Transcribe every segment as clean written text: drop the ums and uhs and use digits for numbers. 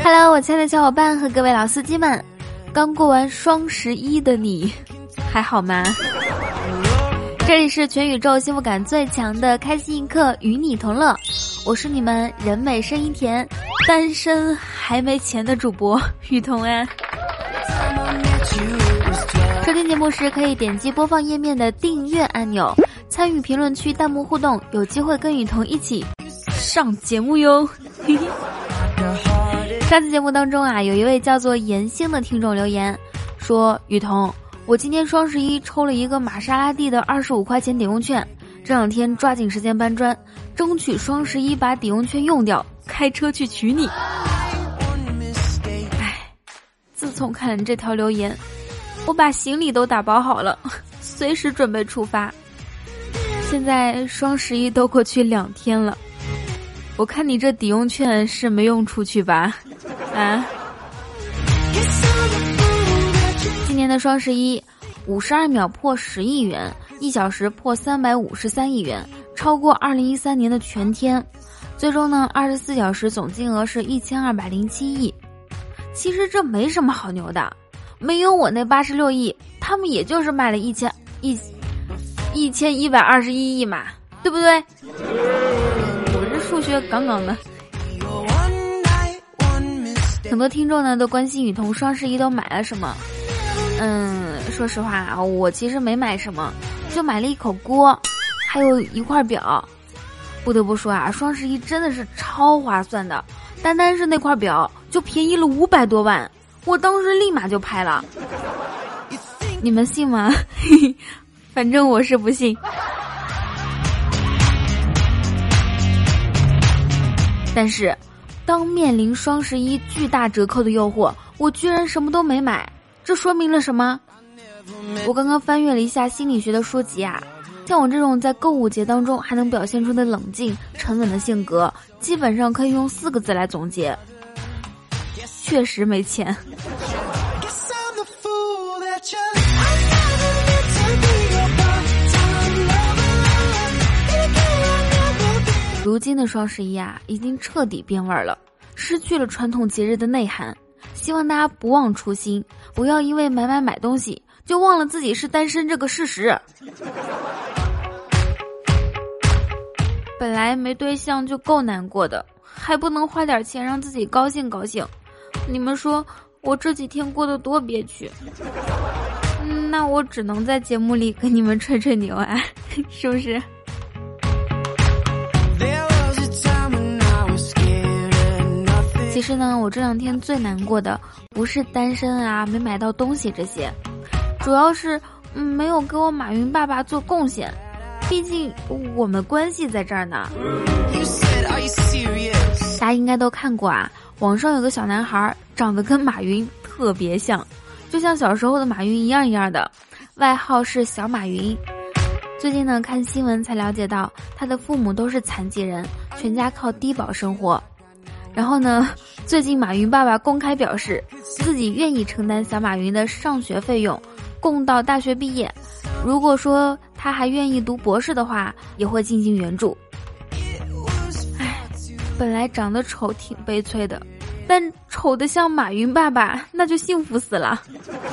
Hello， 我亲爱的小伙伴和各位老司机们，刚过完双11的你还好吗？这里是全宇宙幸福感最强的开心一刻，与你同乐。我是你们人美声音甜、单身还没钱的主播雨桐啊。收听节目时可以点击播放页面的订阅按钮，参与评论区弹幕互动，有机会跟雨桐一起上节目哟。上次节目当中啊，有一位叫做严星的听众留言说，雨桐，我今天双11抽了一个玛莎拉蒂的25块钱抵用券，这两天抓紧时间搬砖，争取双11把抵用券用掉，开车去娶你。自从看了这条留言，我把行李都打包好了，随时准备出发。现在双11都过去2天了，我看你这抵用券是没用出去吧？啊！今年的双11，52秒破10亿元，1小时破353亿元，超过2013年的全天。最终呢，24小时总金额是1207亿。其实这没什么好牛的，没有我那86亿，他们也就是卖了1121亿嘛，对不对？我这数学杠杠的。很多听众呢都关心雨桐双11都买了什么。说实话啊，我其实没买什么，就买了一口锅，还有一块表。不得不说啊，双11真的是超划算的，单单是那块表就便宜了500多万，我当时立马就拍了。你们信吗？反正我是不信。但是当面临双11巨大折扣的诱惑，我居然什么都没买，这说明了什么？我刚刚翻阅了一下心理学的书籍啊，像我这种在购物节当中还能表现出的冷静沉稳的性格，基本上可以用4个字来总结：确实没钱。如今的双11啊，已经彻底变味了，失去了传统节日的内涵。希望大家不忘初心，不要因为买东西就忘了自己是单身这个事实。本来没对象就够难过的，还不能花点钱让自己高兴高兴。你们说我这几天过得多憋屈。那我只能在节目里跟你们吹吹牛啊，是不是？其实呢，我这两天最难过的不是单身啊，没买到东西这些，主要是没有给我马云爸爸做贡献，毕竟我们关系在这儿呢。大家应该都看过啊，网上有个小男孩长得跟马云特别像，就像小时候的马云一样的，外号是小马云。最近呢，看新闻才了解到他的父母都是残疾人，全家靠低保生活。然后呢，最近马云爸爸公开表示自己愿意承担小马云的上学费用，供到大学毕业。如果说他还愿意读博士的话，也会进行援助。本来长得丑挺悲催的，但丑得像马云爸爸，那就幸福死了。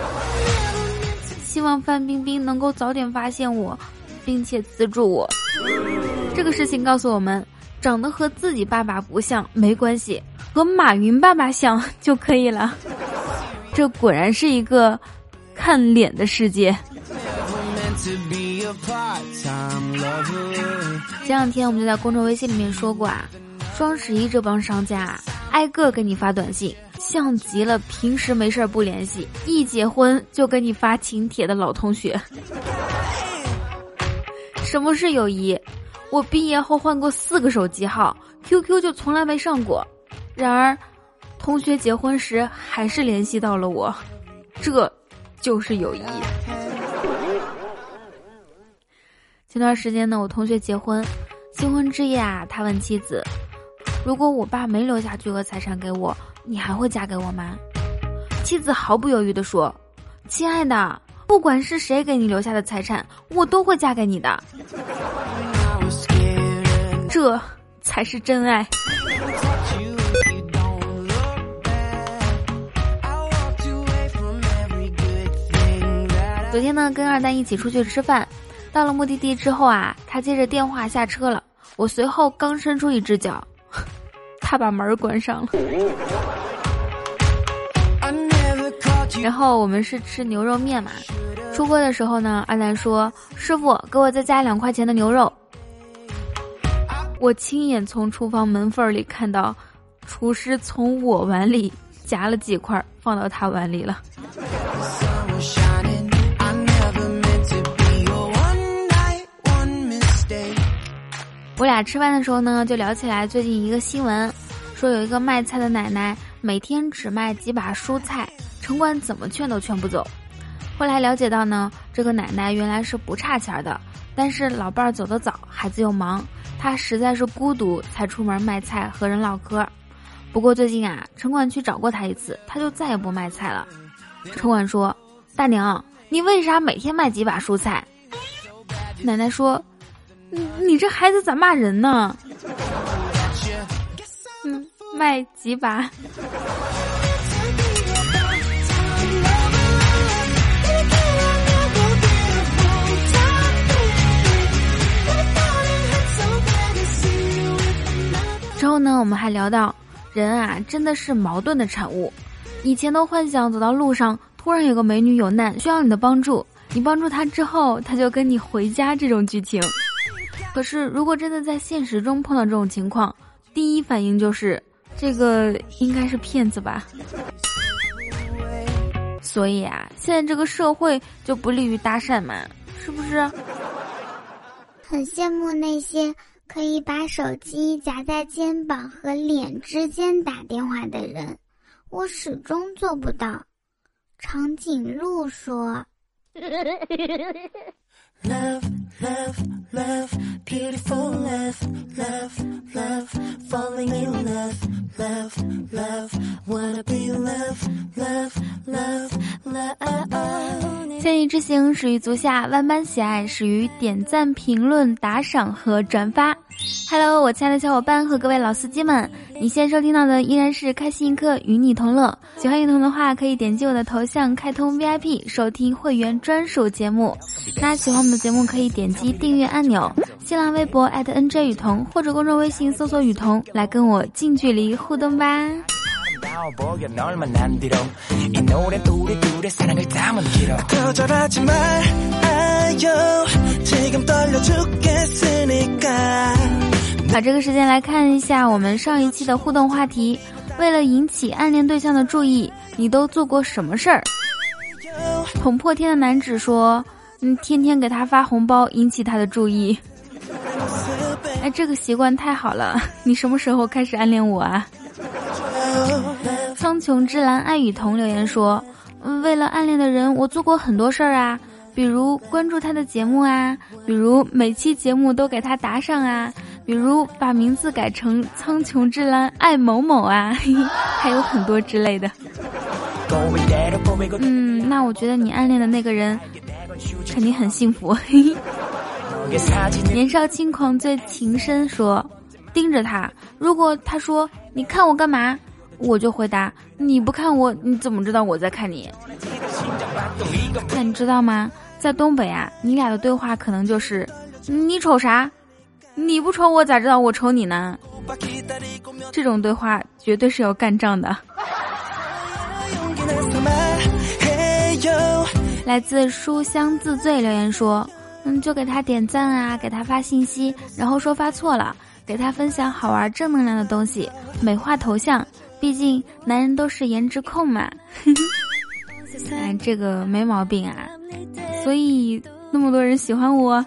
希望范冰冰能够早点发现我，并且资助我。这个事情告诉我们，长得和自己爸爸不像没关系，和马云爸爸像就可以了。这果然是一个看脸的世界。前两天我们就在公众微信里面说过啊，双11这帮商家啊，挨个给你发短信，像极了平时没事不联系，一结婚就给你发请帖的老同学。什么是友谊？我毕业后换过4个手机号， QQ 就从来没上过，然而同学结婚时还是联系到了我，这就是友谊。前段时间呢，我同学结婚，新婚之夜啊，他问妻子，如果我爸没留下巨额财产给我，你还会嫁给我吗？妻子毫不犹豫地说，亲爱的，不管是谁给你留下的财产，我都会嫁给你的。这才是真爱。 昨天呢，跟二蛋一起出去吃饭，到了目的地之后啊，他接着电话下车了。我随后刚伸出一只脚，他把门关上了。然后我们是吃牛肉面嘛，出锅的时候呢，二蛋说：“师傅，给我再加2块钱的牛肉。”我亲眼从厨房门缝里看到，厨师从我碗里夹了几块放到他碗里了。我俩吃饭的时候呢，就聊起来最近一个新闻，说有一个卖菜的奶奶每天只卖几把蔬菜，城管怎么劝都劝不走。后来了解到呢，这个奶奶原来是不差钱的，但是老伴儿走得早，孩子又忙，她实在是孤独才出门卖菜和人唠嗑。不过最近啊，城管去找过她一次，她就再也不卖菜了。城管说：“大娘，你为啥每天卖几把蔬菜？”奶奶说：“你这孩子咋骂人呢？卖几把。”之后呢，我们还聊到，人啊真的是矛盾的产物。以前都幻想走到路上，突然有个美女有难需要你的帮助，你帮助她之后，她就跟你回家这种剧情。可是如果真的在现实中碰到这种情况，第一反应就是这个应该是骗子吧。所以啊，现在这个社会就不利于搭讪嘛，是不是？ 很羡慕那些可以把手机夹在肩膀和脸之间打电话的人，我始终做不到。长颈鹿说 Love, love, love, beautiful love, love, love, falling in love, love, love, wanna be love, love, love, love. 千里之行始于足下，万般喜爱始于点赞、评论、打赏和转发。Hello， 我亲爱的小伙伴和各位老司机们，你现在收听到的依然是开心一刻与你同乐。喜欢雨桐的话，可以点击我的头像开通 VIP 收听会员专属节目。那喜欢我们的节目可以点击订阅按钮，新浪微博@NJ 雨桐或者公众微信搜索雨桐来跟我近距离互动吧。把这个时间来看一下我们上一期的互动话题，为了引起暗恋对象的注意，你都做过什么事儿？捅破天的男子说，天天给他发红包引起他的注意。哎，这个习惯太好了，你什么时候开始暗恋我啊？苍穹之蓝爱雨桐留言说，为了暗恋的人我做过很多事儿啊，比如关注他的节目啊，比如每期节目都给他打赏啊，比如把名字改成苍穹之蓝爱某某啊，还有很多之类的。那我觉得你暗恋的那个人肯定很幸福。年少轻狂最情深说，盯着他，如果他说你看我干嘛，我就回答你不看我你怎么知道我在看你。那你知道吗，在东北啊，你俩的对话可能就是你瞅啥，你不瞅我咋知道我瞅你呢？这种对话绝对是要干仗的。来自书香自醉留言说，就给他点赞啊，给他发信息，然后说发错了，给他分享好玩正能量的东西，美化头像，毕竟男人都是颜值控嘛。这个没毛病啊，所以那么多人喜欢我。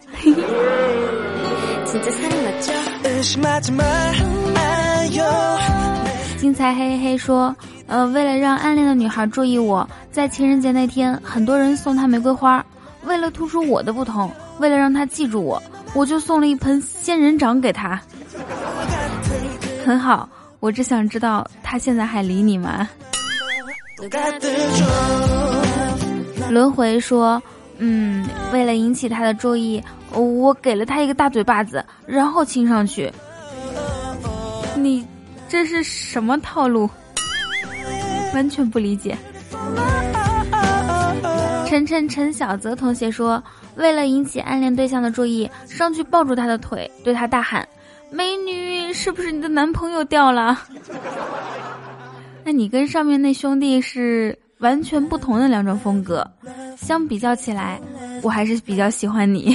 精彩嘿嘿嘿说，为了让暗恋的女孩注意我，在情人节那天很多人送她玫瑰花，为了突出我的不同，为了让她记住我，我就送了一盆仙人掌给她。很好，我只想知道她现在还理你吗？轮回说，为了引起她的注意，我给了她一个大嘴巴子，然后亲上去。你这是什么套路？完全不理解。 陈小泽同学说，为了引起暗恋对象的注意，上去抱住他的腿，对他大喊：美女，是不是你的男朋友掉了？那你跟上面那兄弟是完全不同的两种风格，相比较起来，我还是比较喜欢你。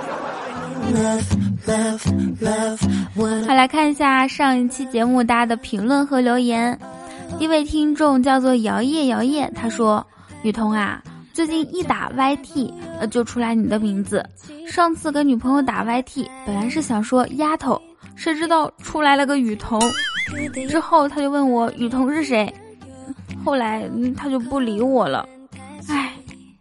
好，来看一下上一期节目大家的评论和留言。一位听众叫做摇曳，他说：雨桐啊，最近一打 YT 就出来你的名字。上次给女朋友打 YT， 本来是想说丫头，谁知道出来了个雨桐。之后他就问我雨桐是谁，后来他就不理我了。唉，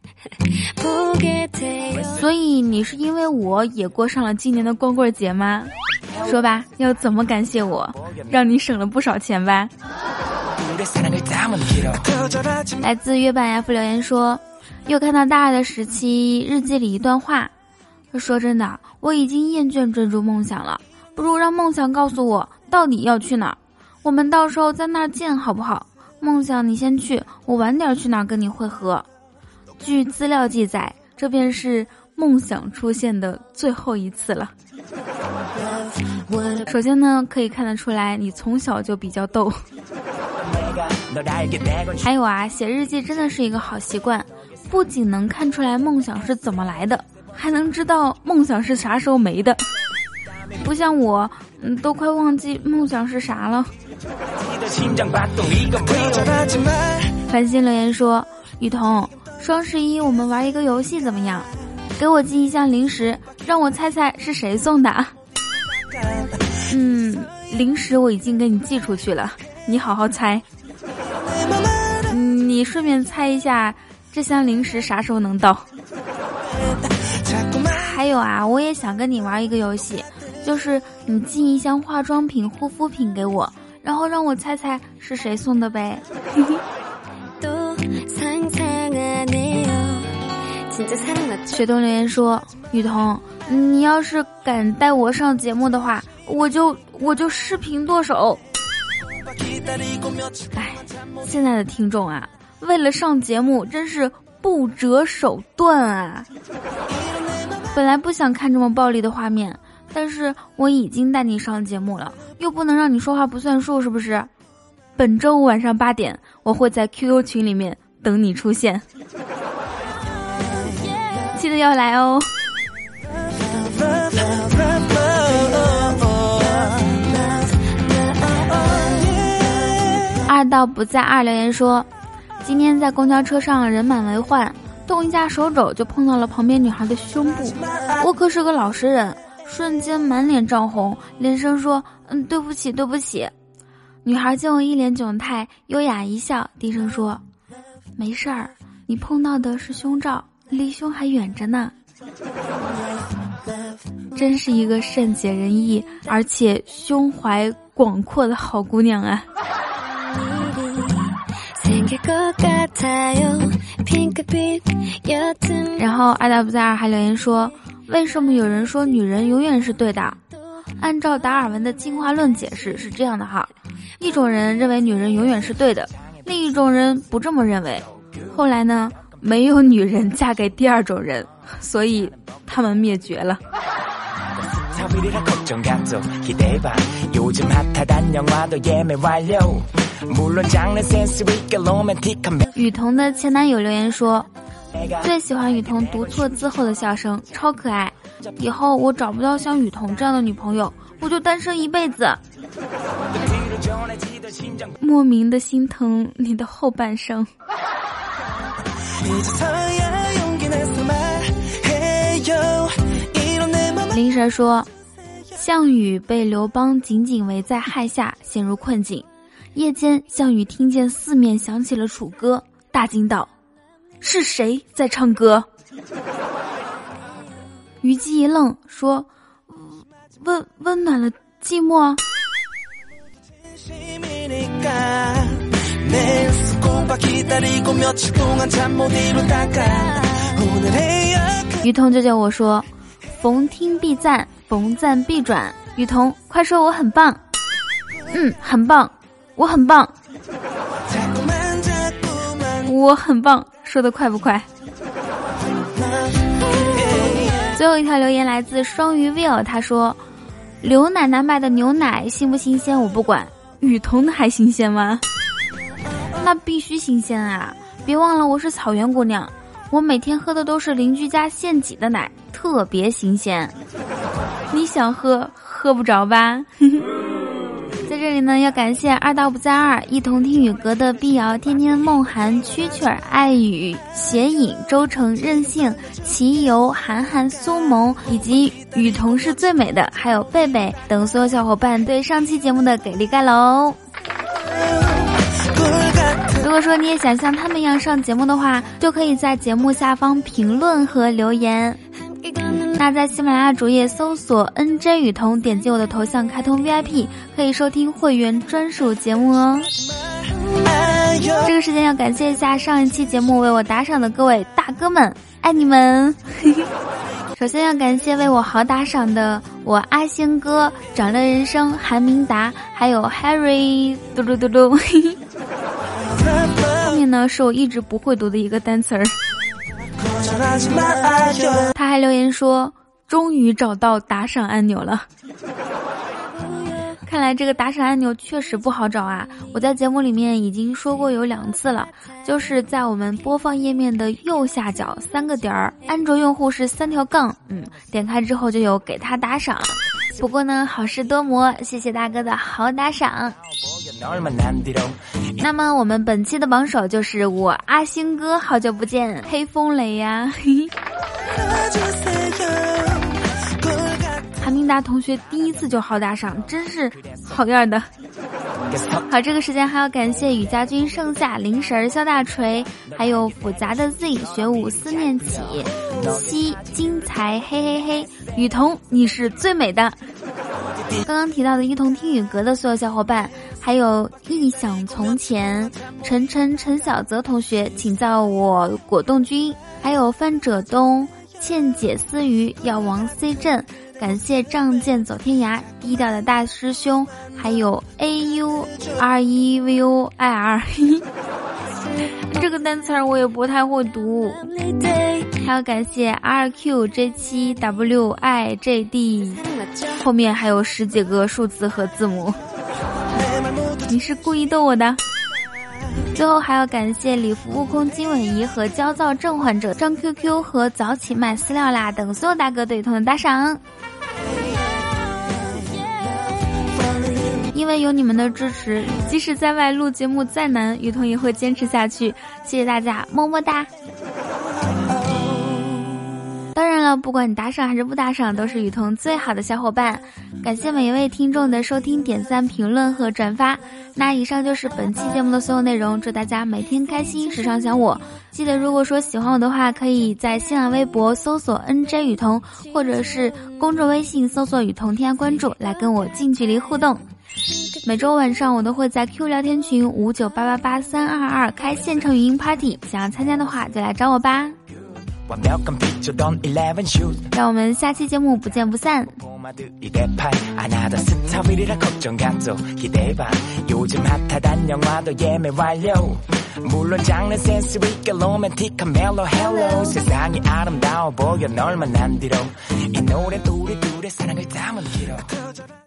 所以你是因为我也过上了今年的光棍节吗？说吧，要怎么感谢我，让你省了不少钱吧。来自月半 F 留言说，又看到大二的时期日记里一段话，说真的，我已经厌倦追逐梦想了，不如让梦想告诉我到底要去哪儿，我们到时候在那儿见好不好？梦想你先去，我晚点去哪儿跟你会合。据资料记载，这便是梦想出现的最后一次了。首先呢，可以看得出来你从小就比较逗。还有啊，写日记真的是一个好习惯，不仅能看出来梦想是怎么来的，还能知道梦想是啥时候没的。不像我，都快忘记梦想是啥了。繁星留言说，雨桐，双11我们玩一个游戏怎么样？给我寄一箱零食，让我猜猜是谁送的。零食我已经给你寄出去了，你好好猜。你顺便猜一下这箱零食啥时候能到。还有啊，我也想跟你玩一个游戏，就是你寄一箱化妆品护肤品给我，然后让我猜猜是谁送的呗。雪冬留言说，雨桐，你要是敢带我上节目的话，我就视频剁手。哎，现在的听众啊，为了上节目真是不择手段啊。本来不想看这么暴力的画面，但是我已经带你上节目了，又不能让你说话不算数，是不是？本周五晚上8点，我会在 QQ 群里面等你出现，记得要来哦。二道不在二留言说，今天在公交车上人满为患，动一下手肘就碰到了旁边女孩的胸部，我可是个老实人，瞬间满脸涨红，连声说对不起对不起。女孩见我一脸窘态，优雅一笑，低声说，没事儿，你碰到的是胸罩，离胸还远着呢。真是一个善解人意而且胸怀广阔的好姑娘啊。然后二大不在二还留言说，为什么有人说女人永远是对的？按照达尔文的进化论解释是这样的哈，一种人认为女人永远是对的，另一种人不这么认为，后来呢，没有女人嫁给第二种人，所以他们灭绝了。雨桐的前男友留言说，最喜欢雨桐读错字后的笑声，超可爱，以后我找不到像雨桐这样的女朋友，我就单身一辈子。莫名的心疼你的后半生。灵神说，项羽被刘邦紧紧围在垓下，陷入困境。夜间，项羽听见四面响起了楚歌，大惊道，是谁在唱歌？虞姬一愣，说，温暖了寂寞。于彤就叫我说，逢听必赞，逢赞必转，雨桐快说我很棒。很棒，我很棒，我很棒，说得快不快？ 最后一条留言来自双鱼 Will， 他说刘奶奶卖的牛奶新不新鲜我不管，雨桐的还新鲜吗？那必须新鲜啊，别忘了我是草原姑娘，我每天喝的都是邻居家现挤的奶，特别新鲜。你想喝不着吧？在这里呢，要感谢二道不在二、一同听雨阁的碧瑶、天天梦涵、蛐蛐儿、爱雨、斜影、周成、任性、骑游、涵涵、苏萌以及雨桐是最美的，还有贝贝等所有小伙伴对上期节目的给力盖楼。如果说你也想像他们一样上节目的话，就可以在节目下方评论和留言。那在喜马拉雅主页搜索 NJ 雨桐，点击我的头像开通 VIP， 可以收听会员专属节目哦。这个时间要感谢一下上一期节目为我打赏的各位大哥们，爱你们。首先要感谢为我好打赏的我阿星哥、掌乐人生、韩明达，还有 Harry 嘟嘟嘟嘟。后面呢是我一直不会读的一个单词儿。他还留言说终于找到打赏按钮了。看来这个打赏按钮确实不好找啊，我在节目里面已经说过有2次了，就是在我们播放页面的右下角3个点儿，安卓用户是3条杠，点开之后就有给他打赏。不过呢好事多磨，谢谢大哥的好打赏。那么我们本期的榜首就是我阿星哥，好久不见，黑风雷呀。韩明达同学第一次就好打赏，真是好样的。好，这个时间还要感谢雨家军、盛夏、灵神、肖大锤，还有复杂的 Z、学武、思念起、西、金财、嘿嘿嘿、雨桐，你是最美的。刚刚提到的一同听雨阁的所有小伙伴，还有忆想从前、陈小泽同学，请叫我果冻君，还有范者东、倩姐思鱼、药王 C 镇，感谢仗剑走天涯、低调的大师兄，还有 AUREVOIR 这个单词我也不太会读。还要感谢 RQJ7WIJD， 后面还有10几个数字和字母，你是故意逗我的。最后还要感谢礼服悟空金吻仪和焦躁症患者张 QQ 和早起卖饲料啦等所有大哥对雨桐的打赏。因为有你们的支持，即使在外录节目再难，雨桐也会坚持下去。谢谢大家，么么哒。当然了，不管你打赏还是不打赏，都是雨桐最好的小伙伴。感谢每一位听众的收听、点赞、评论和转发。那以上就是本期节目的所有内容，祝大家每天开心，时常想我。记得如果说喜欢我的话，可以在新浪微博搜索 NJ 雨桐，或者是公众微信搜索雨桐添加关注，来跟我近距离互动。每周晚上我都会在 Q 聊天群598888322开现场语音 party， 想要参加的话就来找我吧。让我们下期节目不见不散。물론 장르 센스 있게 로맨틱한 멜로 헬로 세상이 아름다워 보여 널 만난 뒤로 이 노래 우리 둘의 사랑을 담은 길어